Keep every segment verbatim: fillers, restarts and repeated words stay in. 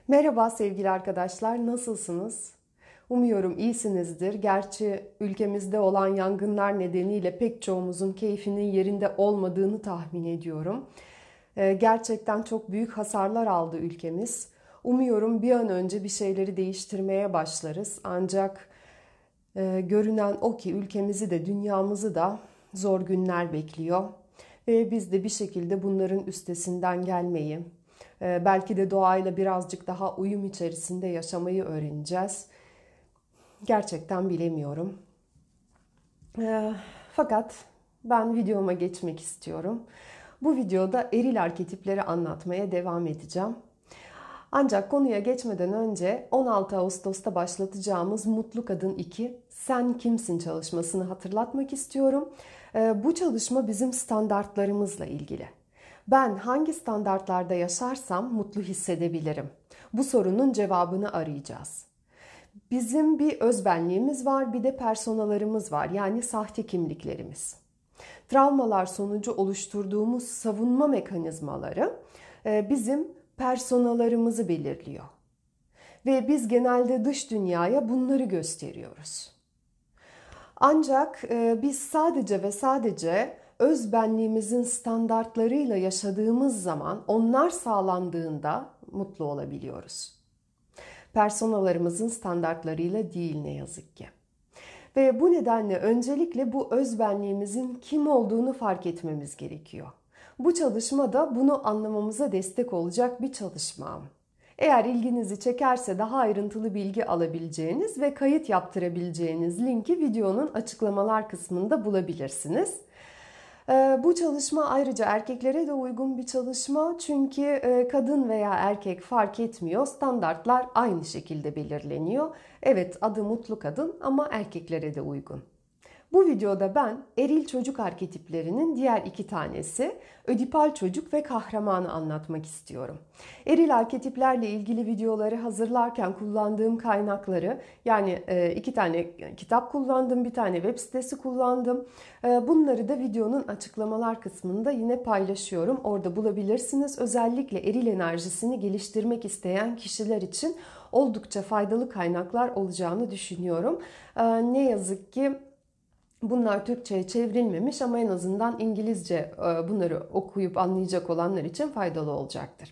Merhaba sevgili arkadaşlar, nasılsınız? Umuyorum iyisinizdir. Gerçi ülkemizde olan yangınlar nedeniyle pek çoğumuzun keyfinin yerinde olmadığını tahmin ediyorum. Ee, Gerçekten çok büyük hasarlar aldı ülkemiz. Umuyorum bir an önce bir şeyleri değiştirmeye başlarız. Ancak e, görünen o ki ülkemizi de dünyamızı da zor günler bekliyor. Ve biz de bir şekilde bunların üstesinden gelmeyi, e, belki de doğayla birazcık daha uyum içerisinde yaşamayı öğreneceğiz. Gerçekten bilemiyorum. E, Fakat ben videoma geçmek istiyorum. Bu videoda eril arketipleri anlatmaya devam edeceğim. Ancak konuya geçmeden önce on altı Ağustos'ta başlatacağımız Mutlu Kadın iki Sen Kimsin çalışmasını hatırlatmak istiyorum. Bu çalışma bizim standartlarımızla ilgili. Ben hangi standartlarda yaşarsam mutlu hissedebilirim? Bu sorunun cevabını arayacağız. Bizim bir özbenliğimiz var, bir de personalarımız var, yani sahte kimliklerimiz. Travmalar sonucu oluşturduğumuz savunma mekanizmaları bizim personalarımızı belirliyor. Ve biz genelde dış dünyaya bunları gösteriyoruz. Ancak biz sadece ve sadece öz benliğimizin standartlarıyla yaşadığımız zaman, onlar sağlandığında mutlu olabiliyoruz. Personalarımızın standartlarıyla değil ne yazık ki. Ve bu nedenle öncelikle bu öz benliğimizin kim olduğunu fark etmemiz gerekiyor. Bu çalışma da bunu anlamamıza destek olacak bir çalışma. Eğer ilginizi çekerse daha ayrıntılı bilgi alabileceğiniz ve kayıt yaptırabileceğiniz linki videonun açıklamalar kısmında bulabilirsiniz. Bu çalışma ayrıca erkeklere de uygun bir çalışma, çünkü kadın veya erkek fark etmiyor, standartlar aynı şekilde belirleniyor. Evet, adı Mutlu Kadın ama erkeklere de uygun. Bu videoda ben eril çocuk arketiplerinin diğer iki tanesi, ödipal çocuk ve kahramanı anlatmak istiyorum. Eril arketiplerle ilgili videoları hazırlarken kullandığım kaynakları, yani iki tane kitap kullandım, bir tane web sitesi kullandım. Bunları da videonun açıklamalar kısmında yine paylaşıyorum. Orada bulabilirsiniz. Özellikle eril enerjisini geliştirmek isteyen kişiler için oldukça faydalı kaynaklar olacağını düşünüyorum. Ne yazık ki bunlar Türkçe'ye çevrilmemiş ama en azından İngilizce bunları okuyup anlayacak olanlar için faydalı olacaktır.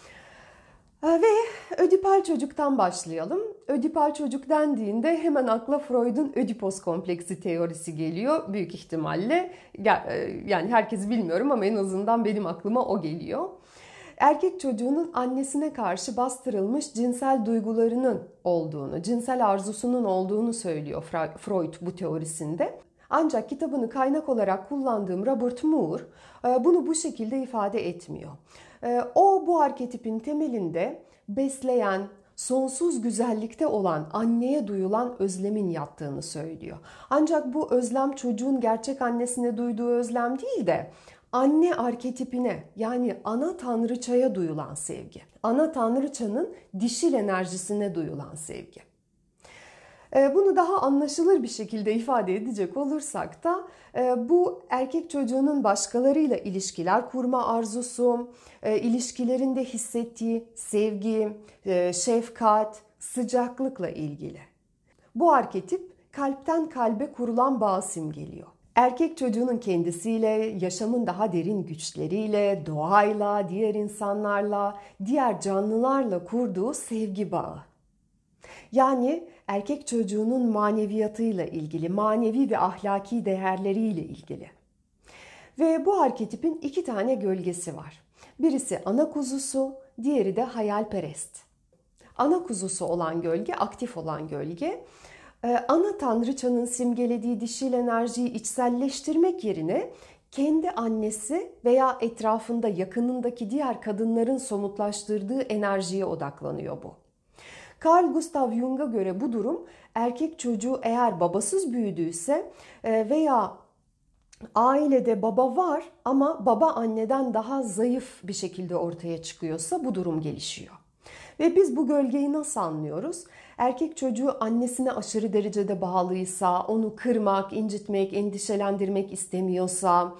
Ve ödipal çocuktan başlayalım. Ödipal çocuk dendiğinde hemen akla Freud'un Ödipos kompleksi teorisi geliyor büyük ihtimalle. Yani herkes bilmiyorum ama en azından benim aklıma o geliyor. Erkek çocuğunun annesine karşı bastırılmış cinsel duygularının olduğunu, cinsel arzusunun olduğunu söylüyor Freud bu teorisinde. Ancak kitabını kaynak olarak kullandığım Robert Moore bunu bu şekilde ifade etmiyor. O bu arketipin temelinde besleyen, sonsuz güzellikte olan anneye duyulan özlemin yattığını söylüyor. Ancak bu özlem çocuğun gerçek annesine duyduğu özlem değil de anne arketipine, yani ana tanrıçaya duyulan sevgi. Ana tanrıçanın dişil enerjisine duyulan sevgi. Bunu daha anlaşılır bir şekilde ifade edecek olursak da bu erkek çocuğunun başkalarıyla ilişkiler kurma arzusu, ilişkilerinde hissettiği sevgi, şefkat, sıcaklıkla ilgili. Bu arketip kalpten kalbe kurulan bağı simgeliyor. Erkek çocuğunun kendisiyle, yaşamın daha derin güçleriyle, doğayla, diğer insanlarla, diğer canlılarla kurduğu sevgi bağı. Yani erkek çocuğunun maneviyatıyla ilgili, manevi ve ahlaki değerleriyle ilgili. Ve bu arketipin iki tane gölgesi var. Birisi ana kuzusu, diğeri de hayalperest. Ana kuzusu olan gölge, aktif olan gölge, ana tanrıçanın simgelediği dişil enerjiyi içselleştirmek yerine kendi annesi veya etrafında yakınındaki diğer kadınların somutlaştırdığı enerjiye odaklanıyor bu. Carl Gustav Jung'a göre bu durum, erkek çocuğu eğer babasız büyüdüyse veya ailede baba var ama baba anneden daha zayıf bir şekilde ortaya çıkıyorsa bu durum gelişiyor. Ve biz bu gölgeyi nasıl anlıyoruz? Erkek çocuğu annesine aşırı derecede bağlıysa, onu kırmak, incitmek, endişelendirmek istemiyorsa,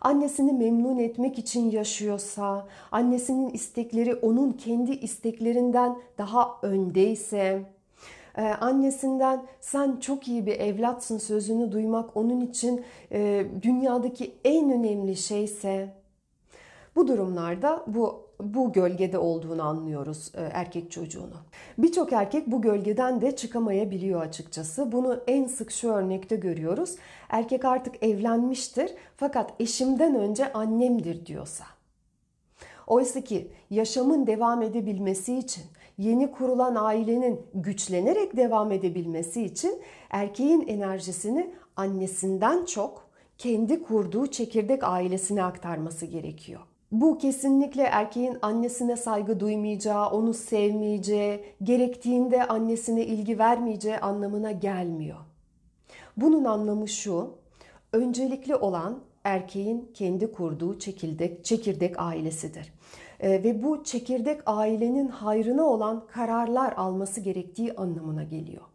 annesini memnun etmek için yaşıyorsa, annesinin istekleri onun kendi isteklerinden daha öndeyse, Ee, annesinden sen çok iyi bir evlatsın sözünü duymak onun için e, dünyadaki en önemli şeyse, bu durumlarda bu bu gölgede olduğunu anlıyoruz e, erkek çocuğunu. Birçok erkek bu gölgeden de çıkamayabiliyor açıkçası. Bunu en sık şu örnekte görüyoruz. Erkek artık evlenmiştir fakat eşimden önce annemdir diyorsa. Oysa ki yaşamın devam edebilmesi için, yeni kurulan ailenin güçlenerek devam edebilmesi için erkeğin enerjisini annesinden çok kendi kurduğu çekirdek ailesine aktarması gerekiyor. Bu kesinlikle erkeğin annesine saygı duymayacağı, onu sevmeyeceği, gerektiğinde annesine ilgi vermeyeceği anlamına gelmiyor. Bunun anlamı şu: öncelikli olan erkeğin kendi kurduğu çekirdek, çekirdek ailesidir. Ee, ve bu çekirdek ailenin hayrına olan kararlar alması gerektiği anlamına geliyor.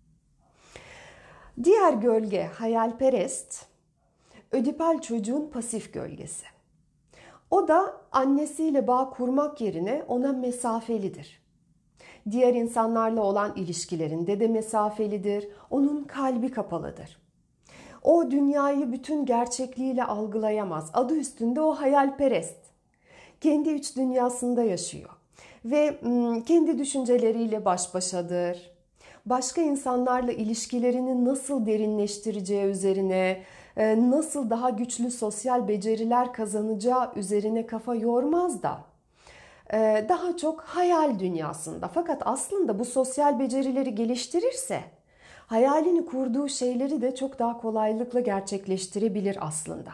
Diğer gölge hayalperest, ödipal çocuğun pasif gölgesi. O da annesiyle bağ kurmak yerine ona mesafelidir. Diğer insanlarla olan ilişkilerinde de mesafelidir. Onun kalbi kapalıdır. O dünyayı bütün gerçekliğiyle algılayamaz. Adı üstünde o hayalperest. Kendi iç dünyasında yaşıyor. Ve kendi düşünceleriyle baş başadır. Başka insanlarla ilişkilerini nasıl derinleştireceği üzerine, nasıl daha güçlü sosyal beceriler kazanacağı üzerine kafa yormaz da daha çok hayal dünyasında. Fakat aslında bu sosyal becerileri geliştirirse hayalini kurduğu şeyleri de çok daha kolaylıkla gerçekleştirebilir aslında.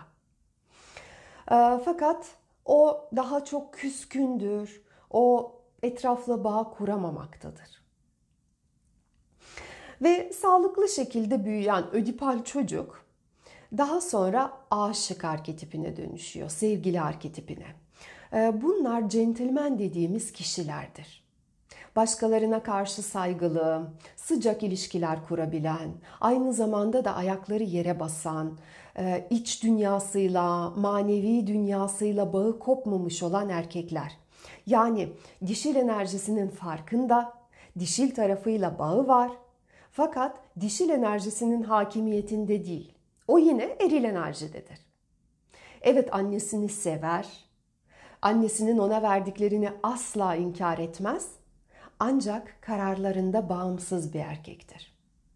Fakat o daha çok küskündür, o etrafla bağ kuramamaktadır. Ve sağlıklı şekilde büyüyen ödipal çocuk daha sonra aşık arketipine dönüşüyor, sevgili arketipine. Bunlar centilmen dediğimiz kişilerdir. Başkalarına karşı saygılı, sıcak ilişkiler kurabilen, aynı zamanda da ayakları yere basan, iç dünyasıyla, manevi dünyasıyla bağı kopmamış olan erkekler. Yani dişil enerjisinin farkında, dişil tarafıyla bağı var. Fakat dişil enerjisinin hakimiyetinde değil. O yine eril enerjidedir. Evet, annesini sever. Annesinin ona verdiklerini asla inkar etmez. Ancak kararlarında bağımsız bir erkektir.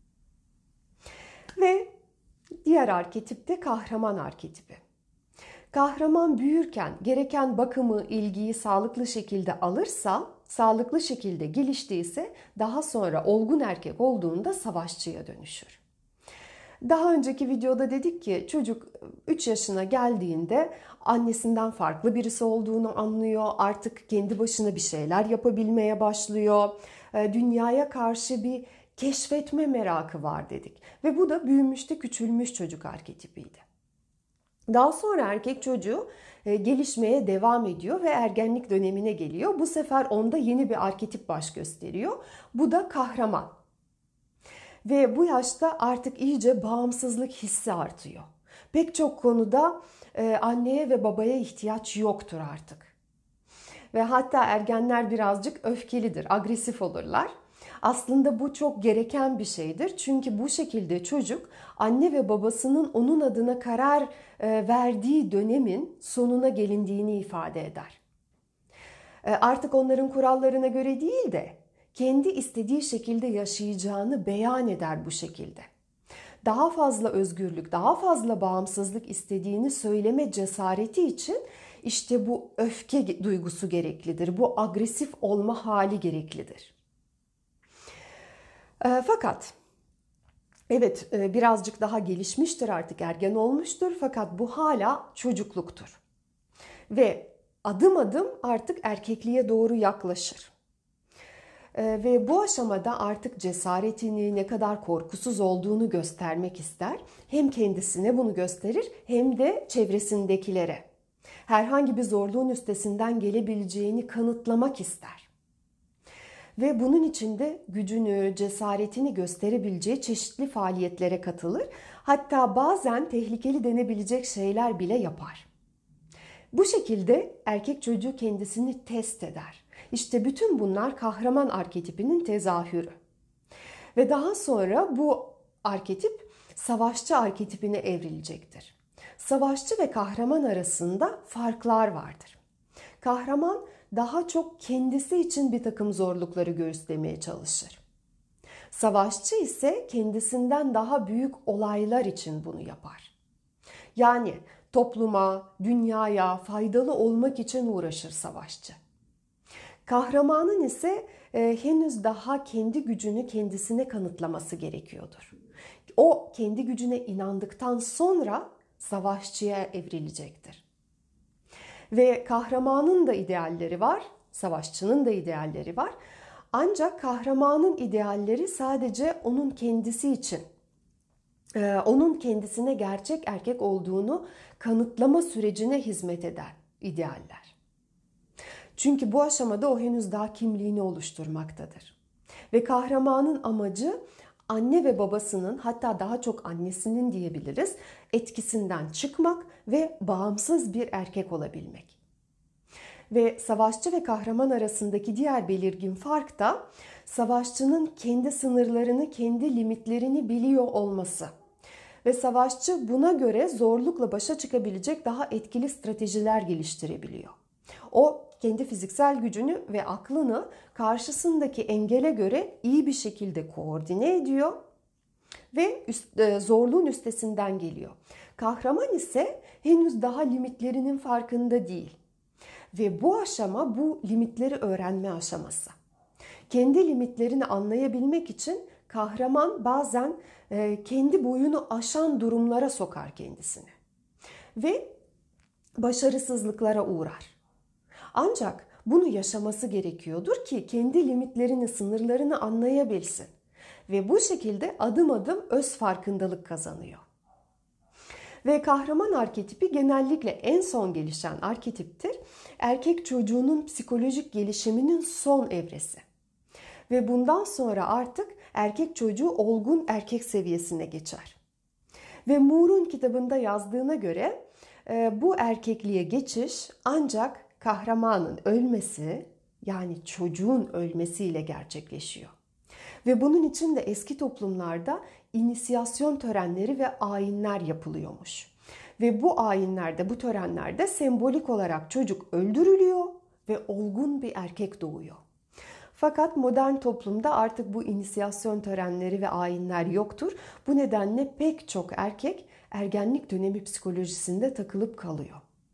Ve diğer arketip de kahraman arketipi. Kahraman büyürken gereken bakımı, ilgiyi sağlıklı şekilde alırsa, sağlıklı şekilde geliştiyse daha sonra olgun erkek olduğunda savaşçıya dönüşür. Daha önceki videoda dedik ki çocuk üç yaşına geldiğinde annesinden farklı birisi olduğunu anlıyor. Artık kendi başına bir şeyler yapabilmeye başlıyor. Dünyaya karşı bir keşfetme merakı var dedik. Ve bu da büyümüş de küçülmüş çocuk arketipiydi. Daha sonra erkek çocuğu gelişmeye devam ediyor ve ergenlik dönemine geliyor. Bu sefer onda yeni bir arketip baş gösteriyor. Bu da kahraman. Ve bu yaşta artık iyice bağımsızlık hissi artıyor. Pek çok konuda anneye ve babaya ihtiyaç yoktur artık. Ve hatta ergenler birazcık öfkelidir, agresif olurlar. Aslında bu çok gereken bir şeydir. Çünkü bu şekilde çocuk anne ve babasının onun adına karar verdiği dönemin sonuna gelindiğini ifade eder. Artık onların kurallarına göre değil de kendi istediği şekilde yaşayacağını beyan eder bu şekilde. Daha fazla özgürlük, daha fazla bağımsızlık istediğini söyleme cesareti için işte bu öfke duygusu gereklidir. Bu agresif olma hali gereklidir. Fakat evet, birazcık daha gelişmiştir, artık ergen olmuştur, fakat bu hala çocukluktur. Ve adım adım artık erkekliğe doğru yaklaşır. Ve bu aşamada artık cesaretini, ne kadar korkusuz olduğunu göstermek ister. Hem kendisine bunu gösterir hem de çevresindekilere. Herhangi bir zorluğun üstesinden gelebileceğini kanıtlamak ister. Ve bunun için de gücünü, cesaretini gösterebileceği çeşitli faaliyetlere katılır. Hatta bazen tehlikeli denebilecek şeyler bile yapar. Bu şekilde erkek çocuğu kendisini test eder. İşte bütün bunlar kahraman arketipinin tezahürü. Ve daha sonra bu arketip savaşçı arketipine evrilecektir. Savaşçı ve kahraman arasında farklar vardır. Kahraman daha çok kendisi için bir takım zorlukları göğüslemeye çalışır. Savaşçı ise kendisinden daha büyük olaylar için bunu yapar. Yani topluma, dünyaya faydalı olmak için uğraşır savaşçı. Kahramanın ise e, henüz daha kendi gücünü kendisine kanıtlaması gerekiyordur. O kendi gücüne inandıktan sonra savaşçıya evrilecektir. Ve kahramanın da idealleri var, savaşçının da idealleri var. Ancak kahramanın idealleri sadece onun kendisi için, onun kendisine gerçek erkek olduğunu kanıtlama sürecine hizmet eden idealler. Çünkü bu aşamada o henüz daha kimliğini oluşturmaktadır. Ve kahramanın amacı anne ve babasının, hatta daha çok annesinin diyebiliriz, etkisinden çıkmak ve bağımsız bir erkek olabilmek. Ve savaşçı ve kahraman arasındaki diğer belirgin fark da savaşçının kendi sınırlarını, kendi limitlerini biliyor olması. Ve savaşçı buna göre zorlukla başa çıkabilecek daha etkili stratejiler geliştirebiliyor. O kendi fiziksel gücünü ve aklını karşısındaki engele göre iyi bir şekilde koordine ediyor ve üst, zorluğun üstesinden geliyor. Kahraman ise henüz daha limitlerinin farkında değil. Ve bu aşama bu limitleri öğrenme aşaması. Kendi limitlerini anlayabilmek için kahraman bazen kendi boyunu aşan durumlara sokar kendisini. Ve başarısızlıklara uğrar. Ancak bunu yaşaması gerekiyordur ki kendi limitlerini, sınırlarını anlayabilsin. Ve bu şekilde adım adım öz farkındalık kazanıyor. Ve kahraman arketipi genellikle en son gelişen arketiptir. Erkek çocuğunun psikolojik gelişiminin son evresi. Ve bundan sonra artık erkek çocuğu olgun erkek seviyesine geçer. Ve Moore'un kitabında yazdığına göre bu erkekliğe geçiş ancak kahramanın ölmesi, yani çocuğun ölmesiyle gerçekleşiyor. Ve bunun için de eski toplumlarda inisiyasyon törenleri ve ayinler yapılıyormuş. Ve bu ayinlerde, bu törenlerde sembolik olarak çocuk öldürülüyor ve olgun bir erkek doğuyor. Fakat modern toplumda artık bu inisiyasyon törenleri ve ayinler yoktur. Bu nedenle pek çok erkek ergenlik dönemi psikolojisinde takılıp kalıyor.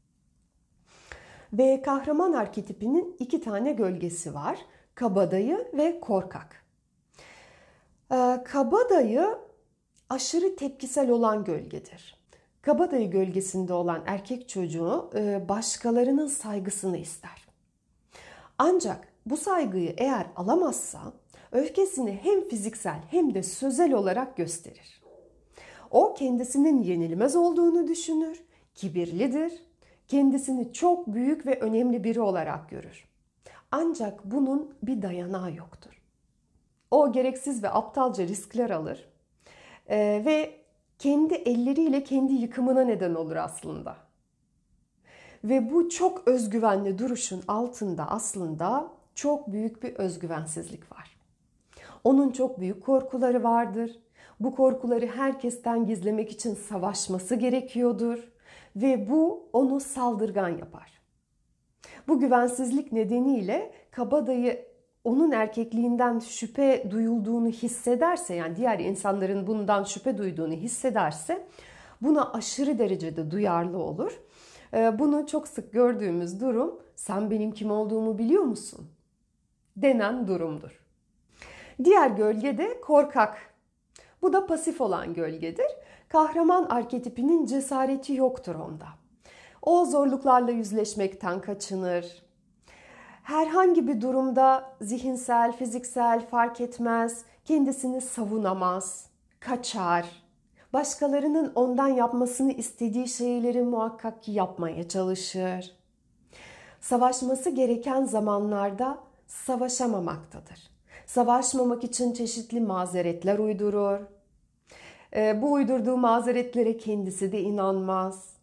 Ve kahraman arketipinin iki tane gölgesi var. Kabadayı ve korkak. Ee, kabadayı aşırı tepkisel olan gölgedir. Kabadayı gölgesinde olan erkek çocuğu başkalarının saygısını ister. Ancak bu saygıyı eğer alamazsa öfkesini hem fiziksel hem de sözel olarak gösterir. O kendisinin yenilmez olduğunu düşünür, kibirlidir, kendisini çok büyük ve önemli biri olarak görür. Ancak bunun bir dayanağı yoktur. O gereksiz ve aptalca riskler alır ee, ve kendi elleriyle kendi yıkımına neden olur aslında. Ve bu çok özgüvenli duruşun altında aslında çok büyük bir özgüvensizlik var. Onun çok büyük korkuları vardır. Bu korkuları herkesten gizlemek için savaşması gerekiyordur. Ve bu onu saldırgan yapar. Bu güvensizlik nedeniyle kabadayı onun erkekliğinden şüphe duyulduğunu hissederse, yani diğer insanların bundan şüphe duyduğunu hissederse buna aşırı derecede duyarlı olur. Bunu çok sık gördüğümüz durum, sen benim kim olduğumu biliyor musun denen durumdur. Diğer gölge de korkak. Bu da pasif olan gölgedir. Kahraman arketipinin cesareti yoktur onda. O zorluklarla yüzleşmekten kaçınır. Herhangi bir durumda zihinsel, fiziksel fark etmez, kendisini savunamaz, kaçar. Başkalarının ondan yapmasını istediği şeyleri muhakkak ki yapmaya çalışır. Savaşması gereken zamanlarda savaşamamaktadır. Savaşmamak için çeşitli mazeretler uydurur. Bu uydurduğu mazeretlere kendisi de inanmaz.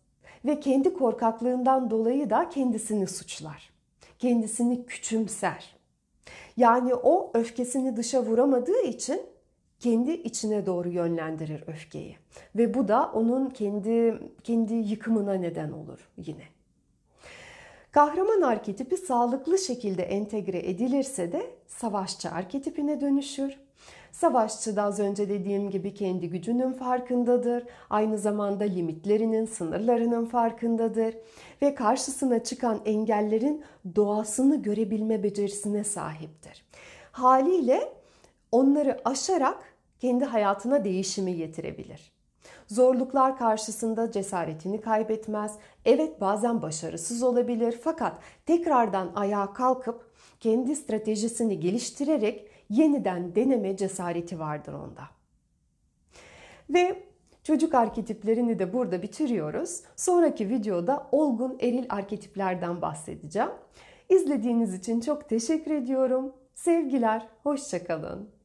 Ve kendi korkaklığından dolayı da kendisini suçlar. Kendisini küçümser. Yani o öfkesini dışa vuramadığı için kendi içine doğru yönlendirir öfkeyi. Ve bu da onun kendi kendi yıkımına neden olur yine. Kahraman arketipi sağlıklı şekilde entegre edilirse de savaşçı arketipine dönüşür. Savaşçı da az önce dediğim gibi kendi gücünün farkındadır. Aynı zamanda limitlerinin, sınırlarının farkındadır. Ve karşısına çıkan engellerin doğasını görebilme becerisine sahiptir. Haliyle onları aşarak kendi hayatına değişimi getirebilir. Zorluklar karşısında cesaretini kaybetmez. Evet, bazen başarısız olabilir fakat tekrardan ayağa kalkıp kendi stratejisini geliştirerek yeniden deneme cesareti vardır onda. Ve çocuk arketiplerini de burada bitiriyoruz. Sonraki videoda olgun eril arketiplerden bahsedeceğim. İzlediğiniz için çok teşekkür ediyorum. Sevgiler, hoşça kalın.